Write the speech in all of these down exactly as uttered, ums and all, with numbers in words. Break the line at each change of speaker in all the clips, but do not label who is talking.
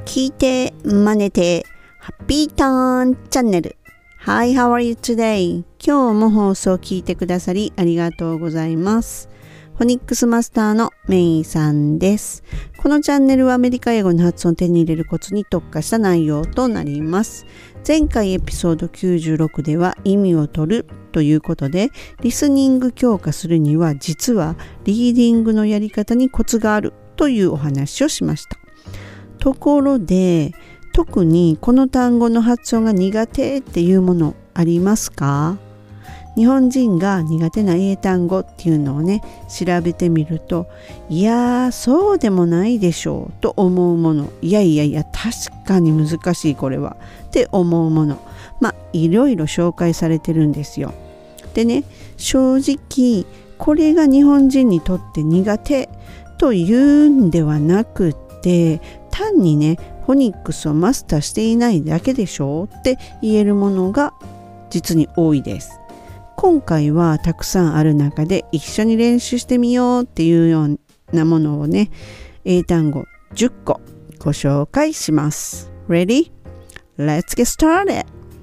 聞いて真似てハッピーターンチャンネル。 Hi, how are you today? 今日も放送を聞いてくださりありがとうございます。フォニックスマスターのメイさんです。このチャンネルはアメリカ英語の発音を手に入れるコツに特化した内容となります。前回エピソードきゅうじゅうろくでは意味を取るということで、リスニング強化するには実はリーディングのやり方にコツがあるというお話をしました。ところで、特にこの単語の発音が苦手っていうものありますか？日本人が苦手な英単語っていうのをね、調べてみると、いやーそうでもないでしょうと思うもの、いやいやいや確かに難しいこれはって思うもの、まあいろいろ紹介されてるんですよ。でね、正直これが日本人にとって苦手というんではなくて、単にねフォニックスをマスターしていないだけでしょって言えるものが実に多いです。今回はたくさんある中で一緒に練習してみようっていうようなものをね、英単語じゅっこご紹介します。Ready? Let's get started!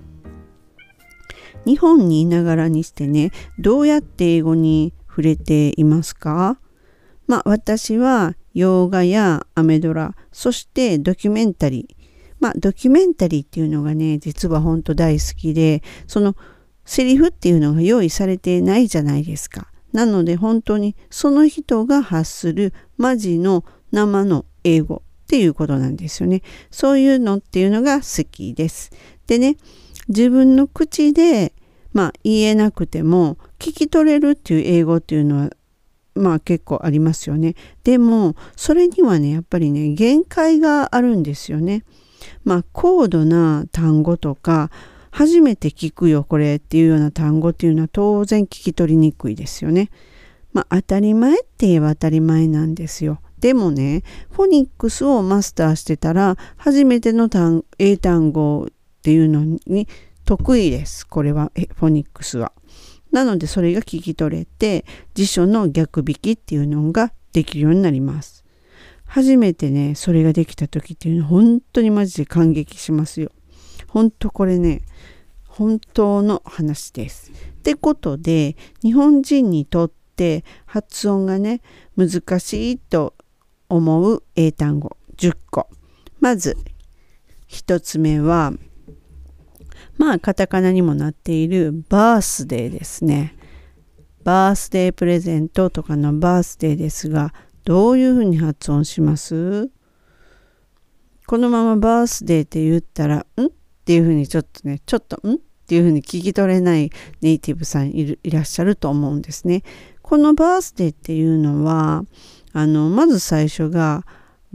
日本にいながらにしてね、どうやって英語に触れていますか？まあ私は洋画やアメドラ、そしてドキュメンタリー。まあドキュメンタリーっていうのがね、実は本当大好きで、そのセリフっていうのが用意されてないじゃないですか。なので本当にその人が発するマジの生の英語っていうことなんですよね。そういうのっていうのが好きです。でね、自分の口でまあ言えなくても聞き取れるっていう英語っていうのはまあ結構ありますよね。でもそれにはねやっぱりね限界があるんですよね。まあ高度な単語とか初めて聞くよこれっていうような単語っていうのは当然聞き取りにくいですよね。まあ当たり前って言えば当たり前なんですよ。でもねフォニックスをマスターしてたら初めての単英単語っていうのに得意です。これはフォニックスは。なのでそれが聞き取れて辞書の逆引きっていうのができるようになります。初めてねそれができた時っていうのは本当にマジで感激しますよ。本当これね本当の話です。ってことで日本人にとって発音がね難しいと思う英単語じゅっこ。まず一つ目はまあカタカナにもなっているバースデーですね。バースデープレゼントとかのバースデーですが、どういうふうに発音します？このままバースデーって言ったらんっていうふうにちょっとねちょっとんっていうふうに聞き取れないネイティブさんいるいらっしゃると思うんですね。このバースデーっていうのはあのまず最初が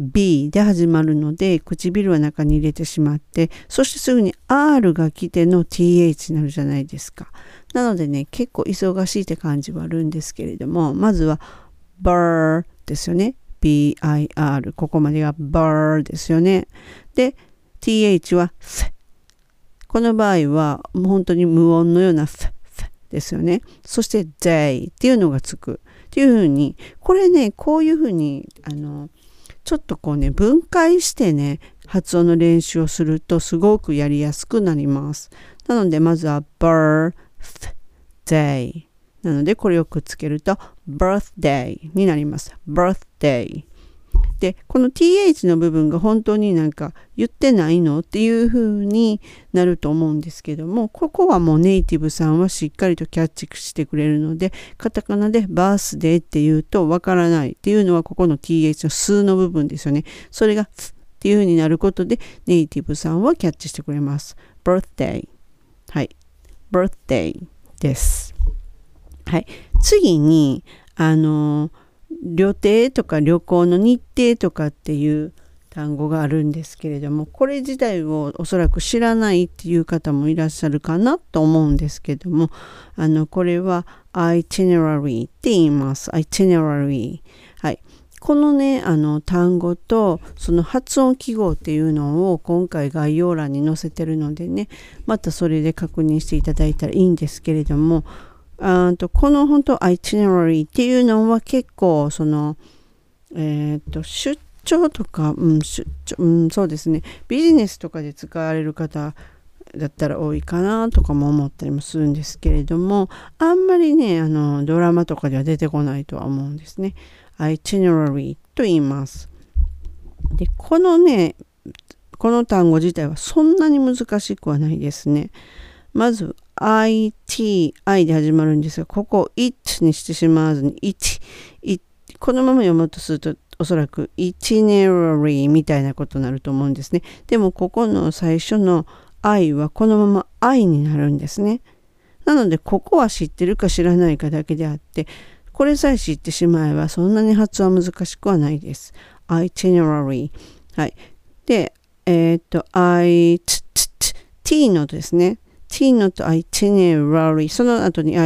B で始まるので唇は中に入れてしまって、そしてすぐに R が来ての ティーエイチ になるじゃないですか。なのでね結構忙しいって感じはあるんですけれども、まずは bar ですよね。 ビーアイアール ここまでが bar ですよね。で ティーエイチ は F。 この場合はもう本当に無音のような F, F ですよね。そして day っていうのがつくっていうふうに、これねこういうふうにあのちょっとこうね分解してね発音の練習をするとすごくやりやすくなります。なのでまずは birthday なのでこれをくっつけると birthday になります。 birthday でこの ティーエイチ の部分が本当になんか言ってないのっていう風になると思うんですけども、ここはもうネイティブさんはしっかりとキャッチしてくれるので、カタカナでバースデーっていうとわからないっていうのはここの ティーエイチ の数の部分ですよね。それがっていう風になることでネイティブさんはキャッチしてくれます。 birthday はい birthday です。はい、次にあの旅程とか旅行の日程とかっていう単語があるんですけれども、これ自体をおそらく知らないっていう方もいらっしゃるかなと思うんですけども、あのこれは itinerary って言います。 itinerary、はい、このねあの単語とその発音記号っていうのを今回概要欄に載せてるのでね、またそれで確認していただいたらいいんですけれども、あとこの本当 itinerary っていうのは結構その、えー、と出張とか、うん、出張、うん、そうですね。ビジネスとかで使われる方だったら多いかなとかも思ったりもするんですけれども、あんまりね、あの、ドラマとかでは出てこないとは思うんですね。itinerary と言います。で、このね、この単語自体はそんなに難しくはないですね。まず アイティー、I で始まるんですが、ここを it にしてしまわずに it、it、このまま読もうとするとおそらく itinerary みたいなことになると思うんですね。でもここの最初の I はこのまま I になるんですね。なのでここは知ってるか知らないかだけであって、これさえ知ってしまえばそんなに発音は難しくはないです。itinerary。はい。で、えっ、ー、と、I、t, t, t, t のですね。t のと itinerary。その後に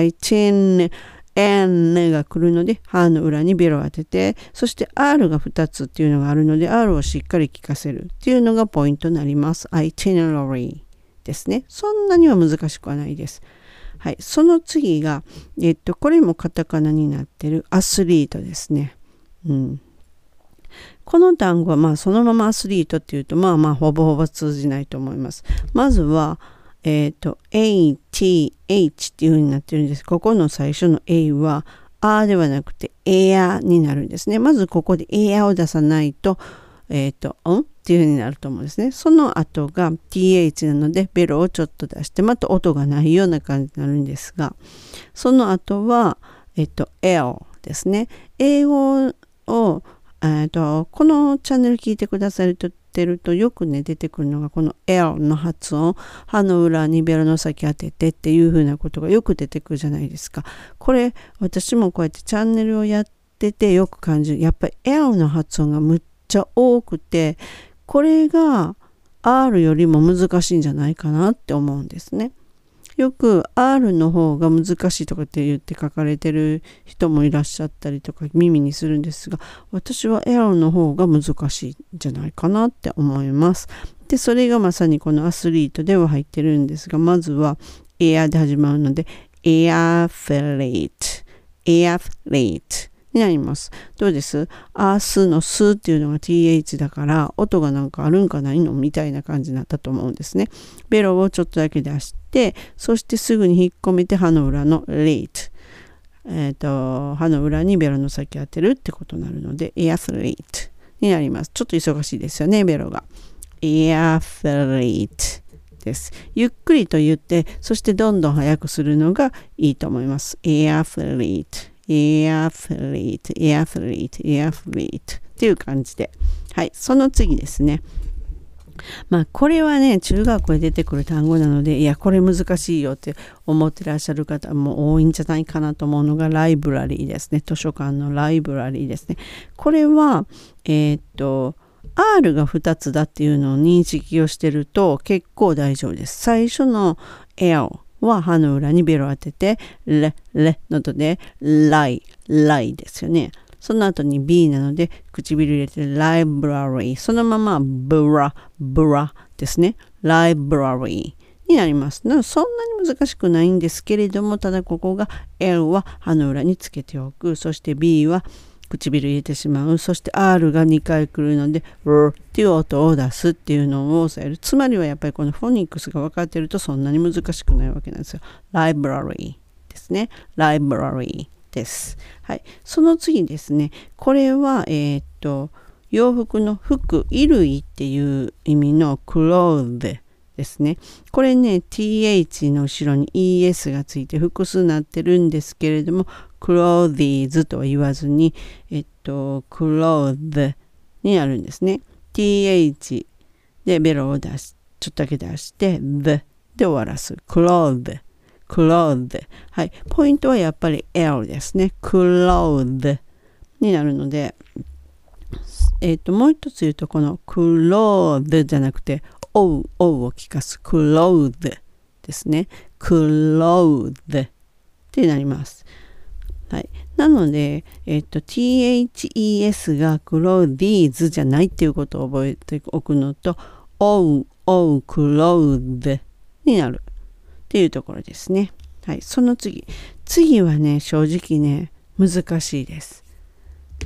itinerary。N が来るので、歯の裏にベロを当てて、そして R がふたつっていうのがあるので、R をしっかり聞かせるっていうのがポイントになります。itinerary ですね。そんなには難しくはないです。はい。その次が、えっと、これもカタカナになってるアスリートですね。うん。この単語は、まあ、そのままアスリートっていうと、まあまあ、ほぼほぼ通じないと思います。まずは、えっと、エーティーエイチ っていう風になってるんです。ここの最初の A は、あではなくて、エアになるんですね。まずここでエアを出さないと、えっと、んっていう風になると思うんですね。その後が ティーエイチ なので、ベロをちょっと出して、また音がないような感じになるんですが、その後は、えっと、L ですね。英語を、えっと、このチャンネル聞いてくださると、てるとよくね出てくるのがこの L の発音、歯の裏にベロの先当ててっていう風なことがよく出てくるじゃないですか。これ私もこうやってチャンネルをやっててよく感じる。やっぱり L の発音がむっちゃ多くて、これが R よりも難しいんじゃないかなって思うんですね。よく R の方が難しいとかって言って書かれてる人もいらっしゃったりとか耳にするんですが、私は L の方が難しいんじゃないかなって思います。で、それがまさにこのアスリートでは入ってるんですが、まずは Air で始まるので Airflate、Airflateになります。どうです？アースのスっていうのが ティーエイチ だから音がなんかあるんかないのみたいな感じになったと思うんですね。ベロをちょっとだけ出して、そしてすぐに引っ込めて歯の裏の late。えっと、歯の裏にベロの先当てるってことになるので airflate になります。ちょっと忙しいですよね、ベロが。airflate です。ゆっくりと言って、そしてどんどん早くするのがいいと思います。airflate。Airflate、Airflate、Airflate っていう感じで。はい。その次ですね。まあ、これはね、中学校で出てくる単語なので、いや、これ難しいよって思ってらっしゃる方も多いんじゃないかなと思うのが、ライブラリーですね。図書館のライブラリーですね。これは、えー、っと、R がふたつだっていうのを認識をしてると結構大丈夫です。最初の L。は歯の裏にベロを当てて、レ、レの音で、ライ、ライですよね。その後に B なので、唇入れて、ライブラリー。そのまま、ブラ、ブラですね。ライブラリーになります。なので、そんなに難しくないんですけれども、ただここが L は歯の裏につけておく。そして B は唇入れてしまう。そして R がにかい来るので、R っていう音を出すっていうのを抑える。つまりはやっぱりこのフォニックスが分かっているとそんなに難しくないわけなんですよ。ライブラリーですね。ライブラリーです。はい。その次ですね。これは、えー、っと、洋服の服、衣類っていう意味の clothes ですね。これね、ティーエイチ の後ろに イーエス がついて複数になってるんですけれども、clothes とは言わずに、えっと、clothes になるんですね。ティーエイチ でベロを出し、ちょっとだけ出して、the で終わらす。clothes、clothes。はい。ポイントはやっぱり L ですね。clothes になるので、えっと、もう一つ言うと、この clothes じゃなくて、O、O を聞かす。clothes ですね。clothes ってなります。はい。なので、えっと、ティーエイチイーエス が clothes じゃないっていうことを覚えておくのと、O、O、clothes になるっていうところですね。はい。その次。次はね、正直ね、難しいです。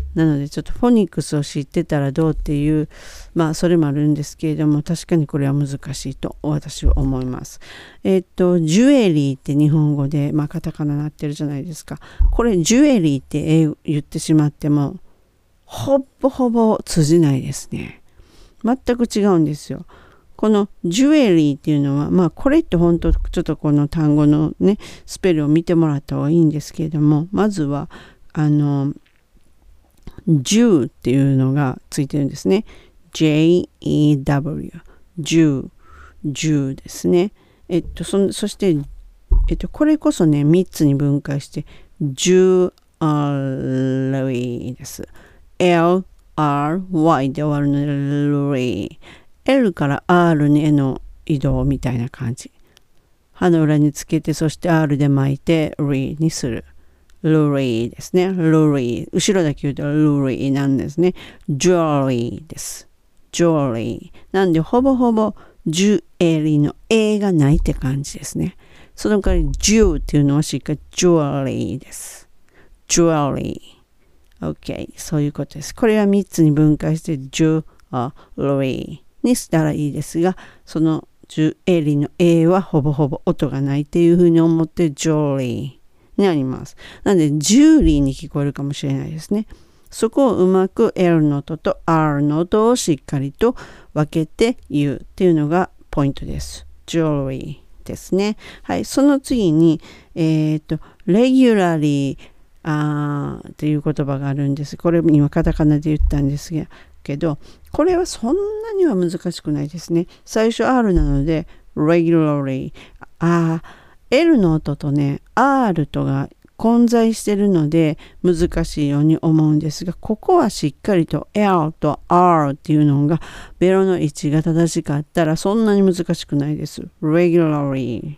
なのでちょっとフォニックスを知ってたらどうっていう、まあそれもあるんですけれども、確かにこれは難しいと私は思います。えっとジュエリーって日本語で、まあカタカナになってるじゃないですか。これジュエリーって言ってしまってもほぼほぼ通じないですね。全く違うんですよ。このジュエリーっていうのは、まあこれって本当ちょっとこの単語のねスペルを見てもらった方がいいんですけれども、まずはあのジューっていうのがついてるんですね。ジェイイーダブリュー ジュー、ジューですね。えっとそ、そして、えっと、これこそねみっつに分解してジュアリーです。エルアールワイ で終わるのでリー。L から R への移動みたいな感じ。歯の裏につけて、そして R で巻いてリーにする。ルリーですね。ルリー。後ろだけ言うとルリーなんですね。ジュエリーです。ジュエリー。なんでほぼほぼジュエリーの A がないって感じですね。その代わりジューっていうのはしっかりジュエリーです。ジュエリー。OK。そういうことです。これはみっつに分解してジュエリーにしたらいいですが、そのジュエリーの A はほぼほぼ音がないっていうふうに思ってジュエリー。になります。なので、ジューリーに聞こえるかもしれないですね。そこをうまく L の音と R の音をしっかりと分けて言うっていうのがポイントです。ジュエリーですね。はい。その次に、えっと、レギュラリーあーっていう言葉があるんです。これ今カタカナで言ったんですけど、これはそんなには難しくないですね。最初 R なので、regularly。あーL の音とね R とが混在してるので難しいように思うんですが、ここはしっかりと L と R っていうのがベロの位置が正しかったらそんなに難しくないです。regularly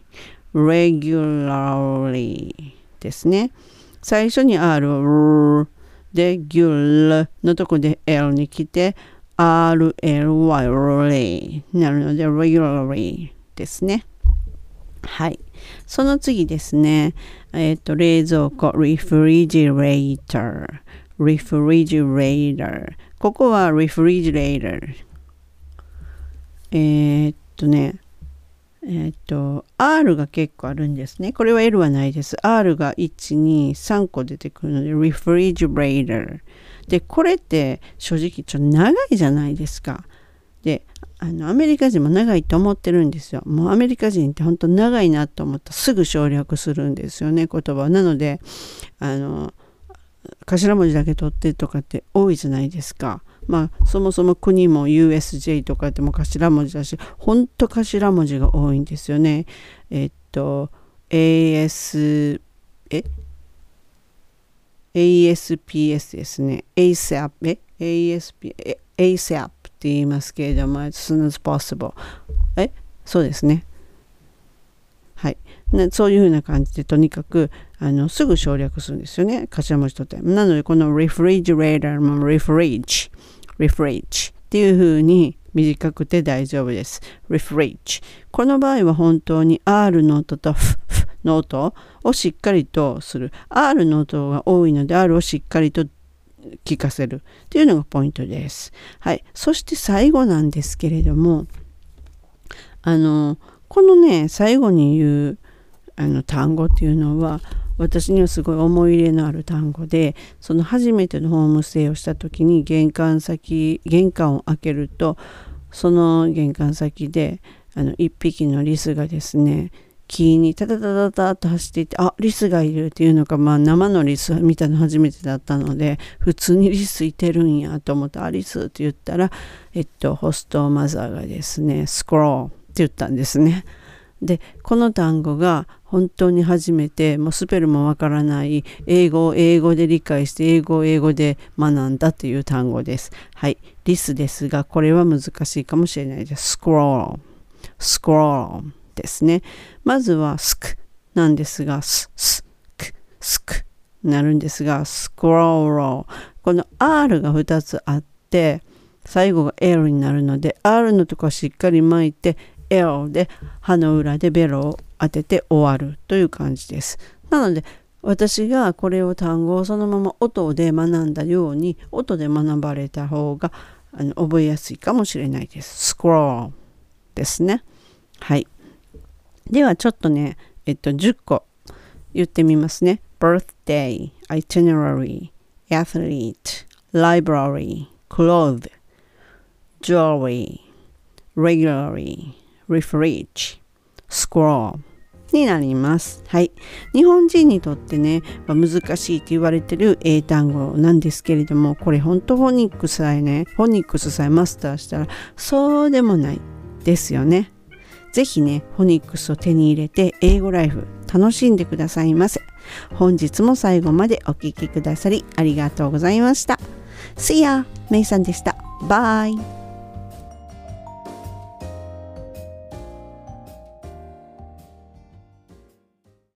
regularly ですね。最初に R を R でギュルのとこで L に来て アールエルワイ になるので regularly ですね。はい。その次ですね。えっと、冷蔵庫、refrigerator、refrigerator。ここは refrigerator。えー、っとね、えー、っと、R が結構あるんですね。これは L はないです。R がいち、に、さんこ出てくるので、refrigerator。で、これって正直ちょっと長いじゃないですか。で、あのアメリカ人も長いと思ってるんですよ。もうアメリカ人って本当長いなと思ったらすぐ省略するんですよね、言葉。なのであの頭文字だけ取ってとかって多いじゃないですか。まあそもそも国も ユーエスジェー とかっても頭文字だし、本当頭文字が多いんですよね。えっと エーエス え エーエスピーエス ですね。エーセップ え エーエスピー え エーセップって言いますけれども、as soon as possible。えそうですね。はい。そういうふうな感じで、とにかく、あの、すぐ省略するんですよね。頭文字とって。なので、この refrigerator も refrige、refrige っていうふうに短くて大丈夫です。refrige。この場合は本当に R の音と F の音をしっかりとする。R の音が多いので、R をしっかりと聞かせるっていうのがポイントです。はい。そして最後なんですけれども、あのこのね最後に言うあの単語っていうのは私にはすごい思い入れのある単語で、その初めてのホームステイをした時に玄関先玄関を開けると、その玄関先であの一匹のリスがですね、木にタタタタタと走っていて、あ、リスがいるっていうのが、まあ生のリス見たの初めてだったので、普通にリスいてるんやと思って、あ、リスって言ったら、えっと、ホストマザーがですね、スクロールって言ったんですね。で、この単語が本当に初めて、もうスペルもわからない英語を英語で理解して、英語を英語で学んだという単語です。はい、リスですが、これは難しいかもしれないです。スクロール、スクロール。ですね。まずはスクなんですが、ス、ス、ク、スクなるんですが、スクローロー。この R がふたつあって、最後が L になるので、R のところしっかり巻いて、L で歯の裏でベロを当てて終わるという感じです。なので、 私がこれを単語をそのまま音で学んだように、音で学ばれた方があの覚えやすいかもしれないです。scroll ですね。はい。ではちょっとね、えっと、じゅっこ言ってみますね。birthday, itinerary, athlete, library, cloth, jewelry, regularly, refuge, scroll になります。はい。日本人にとってね、難しいと言われてる英単語なんですけれども、これ本当フォニックスさえね、フォニックスさえマスターしたら、そうでもないですよね。ぜひね、フォニックスを手に入れて、英語ライフ楽しんでくださいませ。本日も最後までお聞きくださりありがとうございました。See ya! メイさんでした。バイ